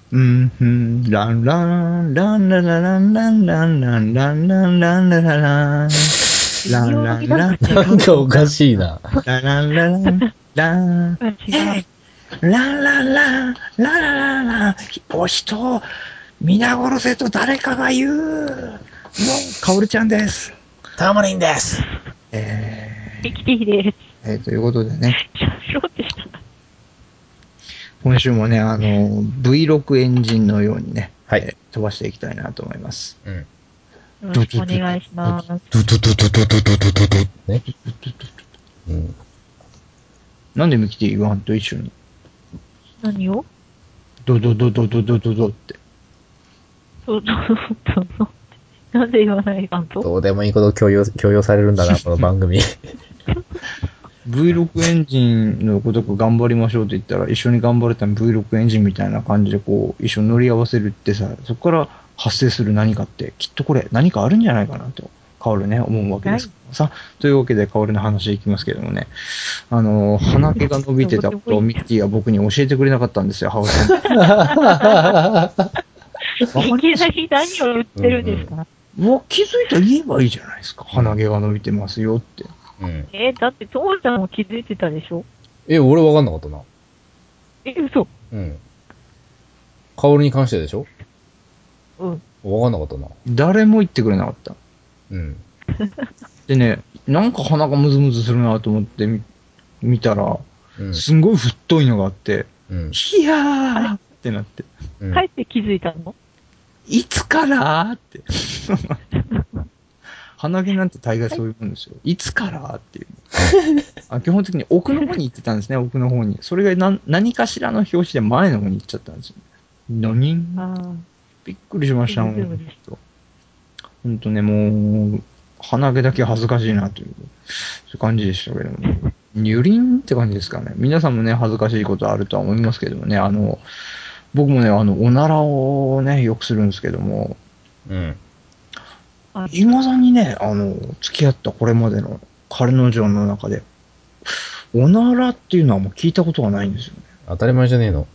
うん、うん、ランラン、ランララランランランランランランランラララン、ランランラン、 なんかおかしいな。 ラランララン、ラン、 違う。 ランランラン、ララララン、お人、皆殺せと誰かが言う。もう、かおるちゃんです。 タマリンです。 ミキティです。 ということでね。 シャロってした。 今週もね、V6 エンジンのようにね、 はい、 飛ばしていきたいなと思います。 よろしくお願いします。 ドドドドドドドドドドね。うん。 なんでミキティ言わんと一緒に。 何をドドドドドドドドって。 そうそうそう。なんで言わないかんとどうでもいいことを強要されるんだな、この番組。 V6 エンジンのごとく頑張りましょうって言ったら、一緒に頑張れたら V6 エンジンみたいな感じでこう、一緒に乗り合わせるってさ、そこから発生する何かって、きっとこれ何かあるんじゃないかなと、カオルね、思うわけですさ。というわけで、カオルの話いきますけどもね、鼻毛が伸びてたことをミッキーが僕に教えてくれなかったんですよ、ハウスさん。 いきなり何を言ってるんですか？ もう気づいたら言えばいいじゃないですか。鼻毛が伸びてますよって。 うん。 だって、ともちゃんも気づいてたでしょ？ 俺わかんなかったな。 嘘。 うん。カオルに関してでしょ？ うん。 わかんなかったな。 誰も言ってくれなかった。 うん。 でね、なんか鼻がムズムズするなと思って見たら、 うん。 すんごい太いのがあって、 うん。 いやーってなって、 うん。 帰って気づいたの？ いつからって。鼻毛なんて大概そういうもんですよ。いつからっていう。基本的に奥の方に行ってたんですね、奥の方に。それが何かしらの表紙で前の方に行っちゃったんですよ。何びっくりしましたもん。ほんとね、もう、鼻毛だけ恥ずかしいなという、そういう感じでしたけども。ニュリンって感じですかね。皆さんもね、恥ずかしいことあるとは思いますけどもね、僕もね、おならをね、よくするんですけども、 うん。 未だにね、付き合ったこれまでの彼女の中で、おならっていうのはもう聞いたことがないんですよね。 当たり前じゃねえの。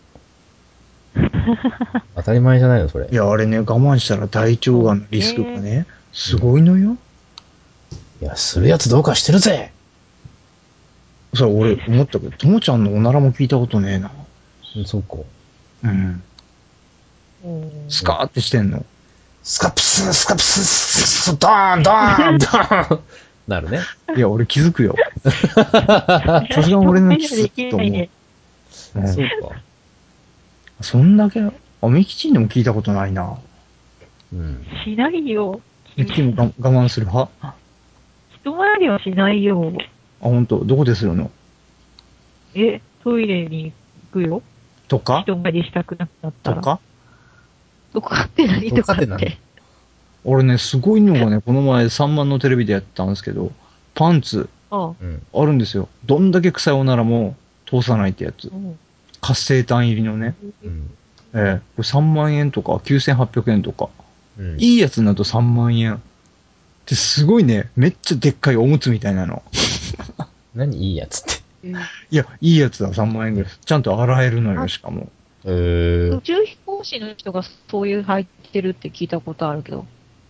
当たり前じゃないの、それ。 いや、あれね、我慢したら大腸がんのリスクがね、すごいのよ。 いや、するやつどうかしてるぜ。 それ俺思ったけど、ともちゃんのおならも聞いたことねえな。 そうか。 うん。スカーってしてんの。 スカプス、スカプス、スドーン、ドーン、ドーンなるね。 いや、俺気づくよ。さすが俺の気づくと思う。 そうか。 そんだけ、ミキチンでも聞いたことないな。 うん。 しないよ。 ミキチンも我慢する派？ 人前ではしないよ。 本当？どこでするの？ トイレに行くよ。 とか人前でしたくなくなったら。 とかとかって何とかって。 俺ね、すごいのがね、この前3万のテレビでやったんですけど、パンツ、あるんですよ。どんだけ臭いおならも通さないってやつ。活性炭入りのね。これ3万円とか9800円とか。いいやつになると3万円。で、すごいね、めっちゃでっかいおむつみたいなの。 何いいやつって。 いや、いいやつだ、3万円ぐらい。ちゃんと洗えるのよ、しかも。 宇宙飛行士の人がそういう入ってるって聞いたことあるけど。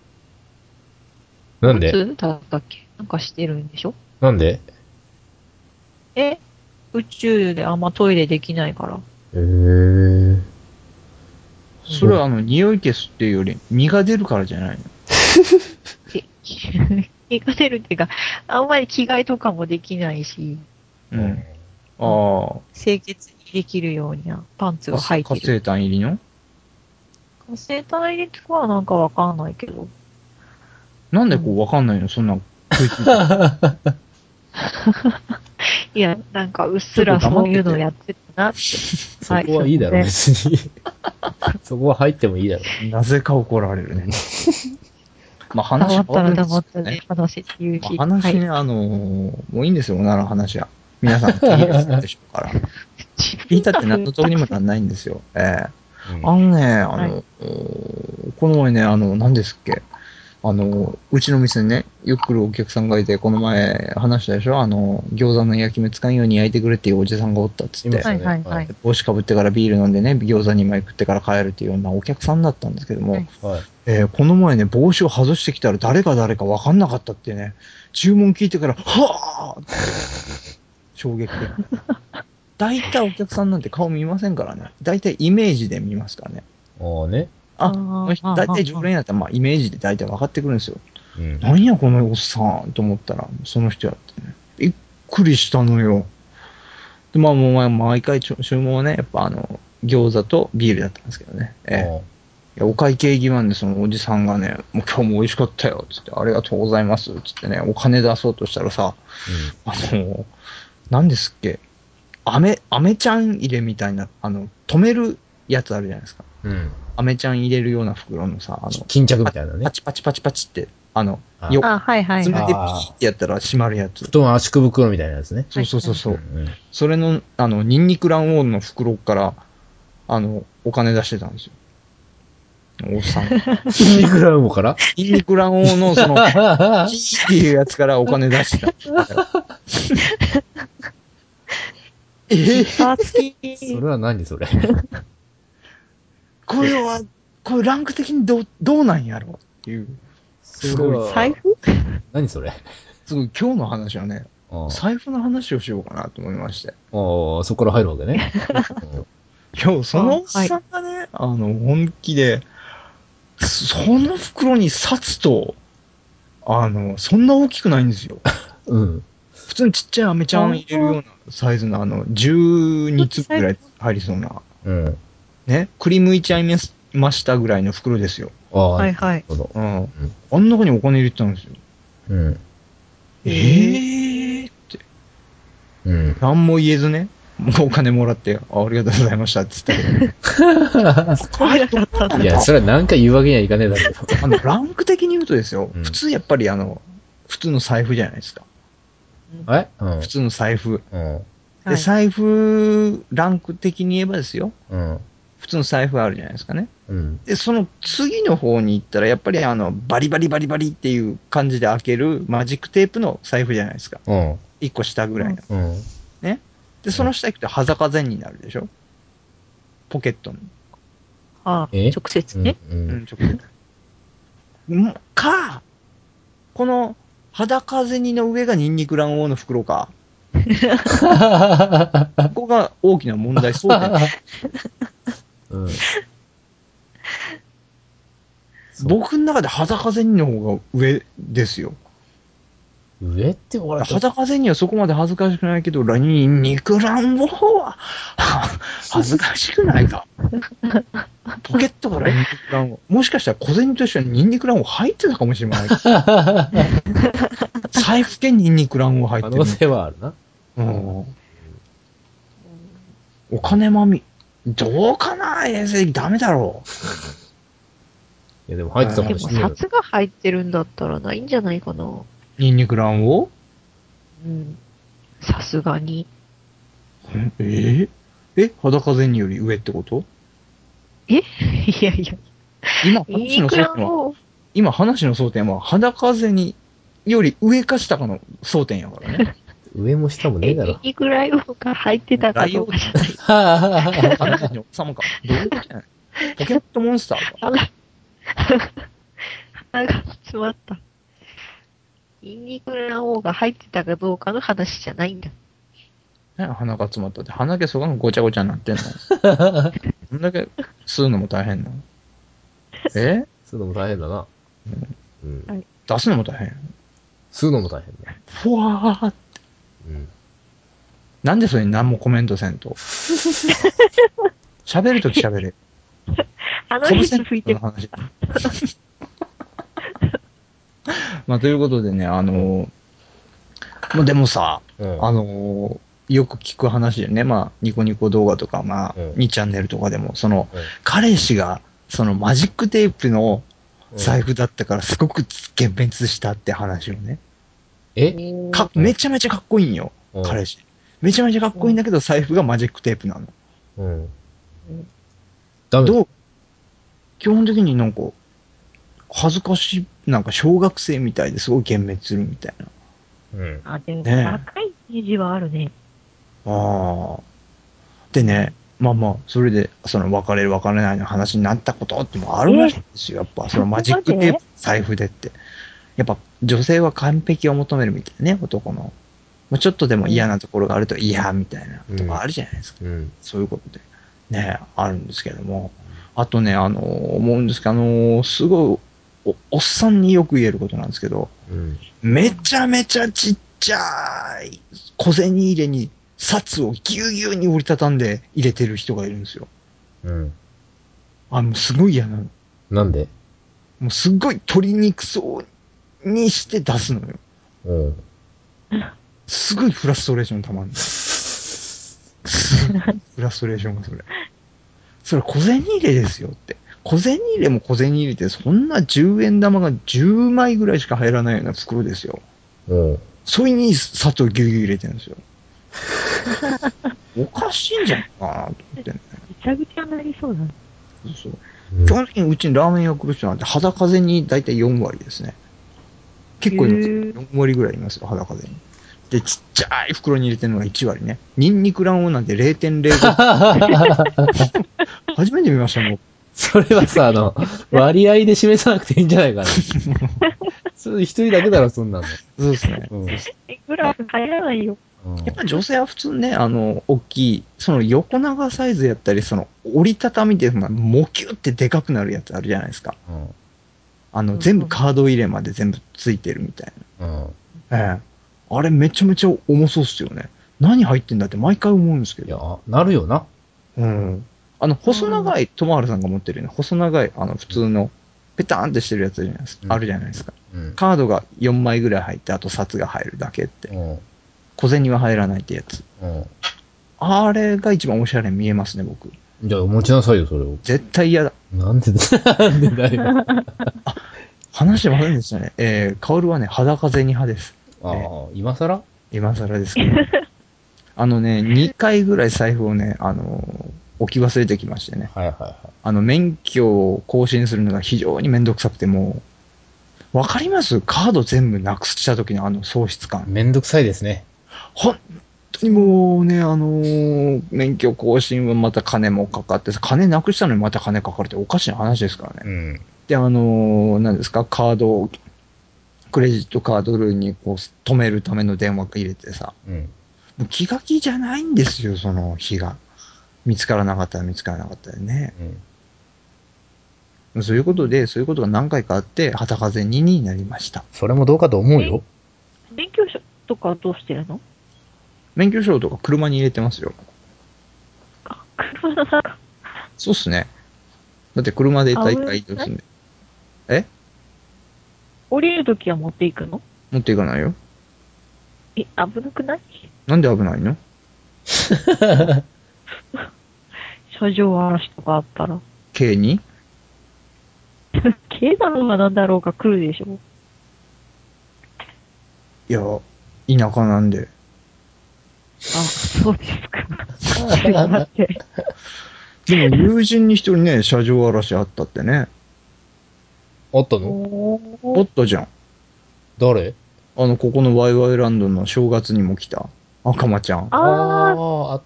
なんでだったっけ？なんかしてるんでしょ？ なんで？ 宇宙であんまトイレできないから。 それは匂い消すっていうより、身が出るからじゃないの？ 身が出るっていうか、あんまり着替えとかもできないし。清潔にできるようにパンツが入ってる。 活性炭入りの？ 活性炭入りとかはなんかわかんないけど。 なんでこうわかんないの？そんな。 いや、なんかうっすらそういうのやってたなって。 そこはいいだろ、別に。そこは入ってもいいだろ。 なぜか怒られるね。まあ話変わったら黙ったね、話っていう日。 話ね、もういいんですよ、おならの話は。皆さん聞いてるでしょうから。聞いたって何の得にもなんないんですよ。この前ね、何ですっけ。 うちの店にね、よく来るお客さんがいて、この前話したでしょ餃子の焼き目つかんように焼いてくれっていうおじさんがおったっつって。 はいはいはい。 帽子かぶってからビール飲んでね、餃子2枚食ってから帰るっていうようなお客さんだったんですけども、 はいはい。 この前ね、帽子を外してきたら誰が誰か分かんなかったってね、注文聞いてから、はぁって衝撃的。大体お客さんなんて顔見ませんからね。大体イメージで見ますからね。 ああね。 あ、この人大体常連だったら、まあイメージで大体分かってくるんですよ。 うん。 なんやこのおっさんと思ったら、その人やってね。びっくりしたのよ。で、まあもう毎回注文はね、やっぱ餃子とビールだったんですけどね。いやお会計際でそのおじさんがね、もう今日も美味しかったよ、つって、ありがとうございます、つってね、お金出そうとしたらさ、何ですっけ、飴ちゃん入れみたいな、止めるやつあるじゃないですか。 うん。うん。 飴ちゃん入れるような袋のさ、 巾着みたいなねパ。チパチパチパチって、 あはいはい爪でピはーってやったら閉まるやつ。 布団圧縮袋みたいなやつね。 そうそうそうそう。 うん。 それの、ニンニク卵黄の袋から、お金出してたんですよ。おっさん。 筋肉ラウモからニンニク卵黄の、キーっていうやつからお金出してた。 い。パー付き。 それは何それ。 これランク的にどうなんやろっていう。 それは財布何それ。 すごい今日の話はね、 あ財布の話をしようかなと思いまして。 あ、そこから入るわけね。 今日そのおっさんがね、本気で、その袋に札と、そんな大きくないんですよ。 うん。 普通にちっちゃい飴ちゃん入れるようなサイズの12粒ぐらい入りそうな、 うん。 ね、くりむいちゃいましたぐらいの袋ですよ。 ああ、 はいはい。 なるほど。 あん中にお金入れてたんですよ。 うん。 って。 うん。 何も言えずね、もうお金もらって、ありがとうございましたって言ったけど。 怖いだったんだ。 いや、それは何回言うわけにはいかねえだろう。 ランク的に言うとですよ、 うん普通やっぱり普通の財布じゃないですか。 うん。 普通の財布。 うん。 で、財布、ランク的に言えばですよ、 うん。 普通の財布あるじゃないですかね。 うん。 で、その次の方に行ったら、やっぱりバリバリバリバリっていう感じで開けるマジックテープの財布じゃないですか。 うん。 一個下ぐらいの。 うん。 ね。で、その下行くと裸禅になるでしょ、ポケットに。 直接ね。 直接。この裸銭の上がニンニク卵黄の袋か。ここが大きな問題、争点。 うん。 僕の中で裸銭の方が上ですよ。 上って言われたら裸銭はそこまで恥ずかしくないけど、ニンニク卵黄は恥ずかしくないか。ポケットからニンニク卵黄。もしかしたら小銭としてはニンニク卵黄入ってたかもしれない。財布兼ニンニク卵黄入ってる。 可能性はあるな。 お金まみ、どうかな衛生ダメだろいや、でも入ってたかでも、 もしれない。 札が入ってるんだったらないんじゃないかな。 う。ニンニク卵うん。さすがに。 黄裸銭より上ってこと？ いやいや。 今話の争点は裸銭より上か下かの争点やからね。 上も下もねえだろ。 いくらいが入ってたかどうかじゃない。 鼻に収まか。どういうことやねん。ポケットモンスターか。 鼻が詰まった。ニンニク卵黄が入ってたかどうかの話じゃないんだ。 鼻が詰まったって、鼻毛そこがごちゃごちゃになってんの。どんだけ吸うのも大変なの。 吸うのも大変だな。うん。 はい、 出すのも大変。 吸うのも大変だ。 ふわーって。 うん。 なんでそれに何もコメントせんと。喋るとき喋れ。 話吹いてる。 まあ、ということでね、まあ、でもさ、よく聞く話でね、まあ、ニコニコ動画とか、まあ、2チャンネルとかでも、彼氏が、マジックテープの財布だったから、すごく幻滅したって話をね。めちゃめちゃかっこいいんよ、彼氏。めちゃめちゃかっこいいんだけど、財布がマジックテープなの。どう基本的になんか、恥ずかしいっなんか小学生みたいですごい幻滅するみたいな。 あ、でも、 ね若いイメージはあるね。 ああ。でね、まあまあ、それで、その別れる別れないの話になったことってもあるらしいんですよ。やっぱ、そのマジックテープ、財布でって。やっぱ、女性は完璧を求めるみたいなね、男の。もうちょっとでも嫌なところがあると嫌みたいなとこあるじゃないですか。そういうことで。ね、あるんですけども。あとね、思うんですけど、すごいおっさんによく言えることなんですけど、めちゃめちゃちっちゃい小銭入れに札をぎゅうぎゅうに折りたたんで入れてる人がいるんですよ。もうすごい嫌なの。 なんで？ もうすっごい取りにくそうにして出すのよ。すごいフラストレーションたまんの。フラストレーションがそれ。それ小銭入れですよって。小銭入れも小銭入れってそんな10円玉が10枚ぐらいしか入らないような袋ですよ。それに砂糖ギュウギュウ入れてるんですよ。おかしいんじゃないかなと思ってね。 ぐちゃぐちゃになりそうだね。 そう。基本的にうちにラーメン屋来る人なんて肌風にだいたい4割ですね。結構いますよ。4割ぐらいいますよ、肌風に。で、ちっちゃい袋に入れてるのが1割ね。ニンニク卵黄なんて 0.05 初めて見ましたもん。 それはさ、割合で示さなくていいんじゃないかな。それ一人だけだろ、そんなの。 そうですね。 グラフ入らないよ。 やっぱ女性は普通ね、大きい、その横長サイズやったり、その折りたたみで、もきゅってでかくなるやつあるじゃないですか。全部カード入れまで全部ついてるみたいな。あれめちゃめちゃ重そうっすよね。何入ってんだって毎回思うんですけど。 いや、なるよな。 細長い、ともはるさんが持ってるよね、細長い、普通の、ペターンってしてるやつじゃないですか、あるじゃないですか。カードが4枚ぐらい入って、あと札が入るだけって。小銭は入らないってやつ。あれが一番おしゃれに見えますね、僕。 じゃあ、お持ちなさいよ、それを。 絶対嫌だ。 なんでだよ。 話してませんでしたね。カオルはね、裸銭派です。 今更今更ですけど。2回ぐらい財布をね、置き忘れてきましてね。免許を更新するのが非常にめんどくさくて、もう、わかります？カード全部なくした時の喪失感。 めんどくさいですね。 本当にもうね、免許更新はまた金もかかって、金なくしたのにまた金かかるっておかしな話ですからね。で、何ですか、カードを、クレジットカード類にこう止めるための電話入れてさ、もう気が気じゃないんですよ、その日が。見つからなかったら見つからなかったらね。そういうことで、そういうことが何回かあって、裸銭になりました。 それもどうかと思うよ。 免許証とかどうしてるの？ 免許証とか車に入れてますよ。 車の中。 そうっすね。だって車で大会移動するんで。 降りるときは持っていくの？ 持っていかないよ。 危なくない？ なんで危ないの？ 車上嵐とかあったら。 軽に軽なのがなんだろうか来るでしょ。 いや、田舎なんで。 そうですか。すいません。 でも友人に一人ね、車上嵐あったってね。 あったの？ あったじゃん。 誰？ ここのワイワイランドの正月にも来た赤間ちゃん。 あった。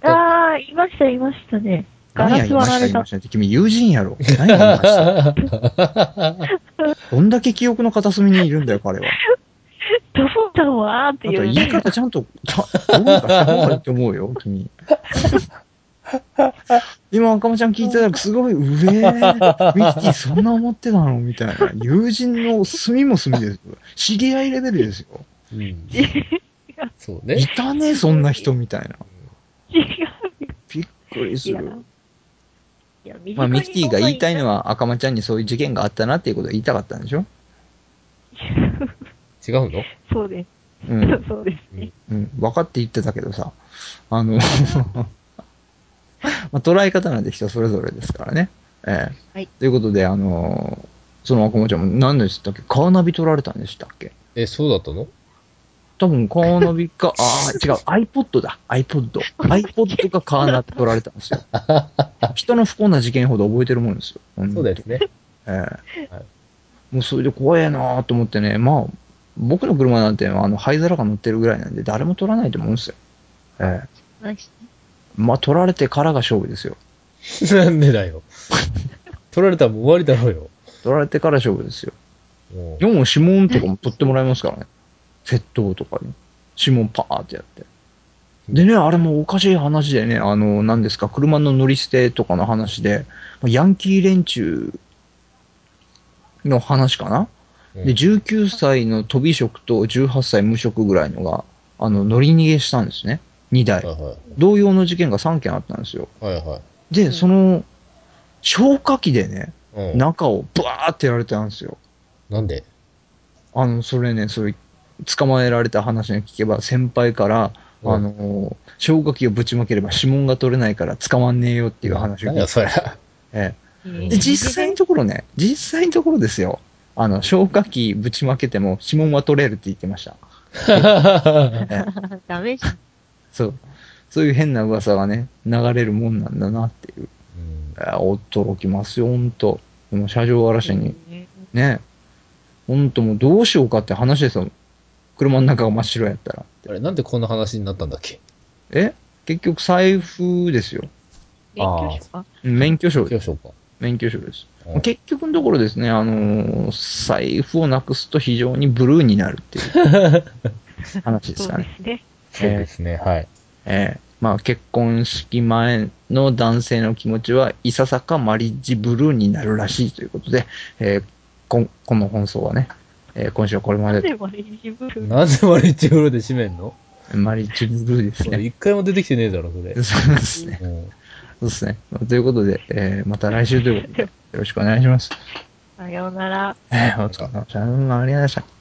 いましたね。ガ何やラス割られた。 って君友人やろ。何やいましたどんだけ記憶の片隅にいるんだよ、彼は。 どうだわーってあという。 言い方ちゃんと、どうにかした方がいいと思うよ、君。今赤間ちゃん聞いてたらすごい、ミキティそんな思ってたのみたいな。友人の隅も隅ですよ。知り合いレベルですよ。 そうね。 いたね、そんな人みたいな。 違う。 びっくりする。 ミキティが言いたいのは赤間ちゃんにそういう事件があったなっていうことを言いたかったんでしょ？ 違うの？ そうです。そうですね。 分かって言ってたけどさ、捉え方なんて人それぞれですからね。ということで、その赤間ちゃんも何でしたっけ？カーナビ取られたんでしたっけ？ そうだったの？ 多分カーナビか、違う、iPod だ。iPod がカーナビ取られたんですよ。人の不幸な事件ほど覚えてるもんですよ。 そうですね。 もうそれで怖えなと思ってね、まあ、僕の車なんて、灰皿が乗ってるぐらいなんで、誰も取らないと思うんですよ。 ないしね。 まあ、取られてからが勝負ですよ。 なんでだよ。取られたらもう終わりだろうよ。 取られてから勝負ですよ。 もでも指紋とかも取ってもらいますからね。窃盗とかに。指紋パーってやって。でね、あれもおかしい話でね、何ですか、車の乗り捨てとかの話で、ヤンキー連中の話かな、 うんで、19歳の飛び職と18歳無職ぐらいのが、乗り逃げしたんですね。2台。 はいはい。 同様の事件が3件あったんですよ。 はいはで、その、消火器でね、 い。うん。 中をブワーってやられたんですよ。 なんでそれね、捕まえられた話を聞けば、先輩から、消火器をぶちまければ指紋が取れないから捕まんねえよっていう話を聞いて。 なんだよ、そりゃ。 で、実際のところね、実際のところですよ。消火器ぶちまけても指紋は取れるって言ってました。えダメじゃん。 そういう変な噂がね、流れるもんなんだなっていう。 うん驚きますよ、ほんと。この車上荒らしに。ね。ほんともうどうしようかって話ですよ。車の中が真っ白やったら。 あれ、なんでこんな話になったんだっけ結局財布ですよ。 免許証か。 免許証です。 今日しようか。 免許証です。 うん結局のところですね、財布をなくすと非常にブルーになるっていう話ですそうかね。 ですね。 そうですね、はい。 まあ結婚式前の男性の気持ちはいささかマリッジブルーになるらしいということで、この放送はね、今週はこれまででもね、イブルなんでマリッジブルーで締めんのマリッジブルーですね。 それ一回も出てきてねえだろ、それ。 そうですね。 うんそうですね。ということで、また来週ということで、よろしくお願いします。 さようなら。 お疲れ様でした。ありがとうございました。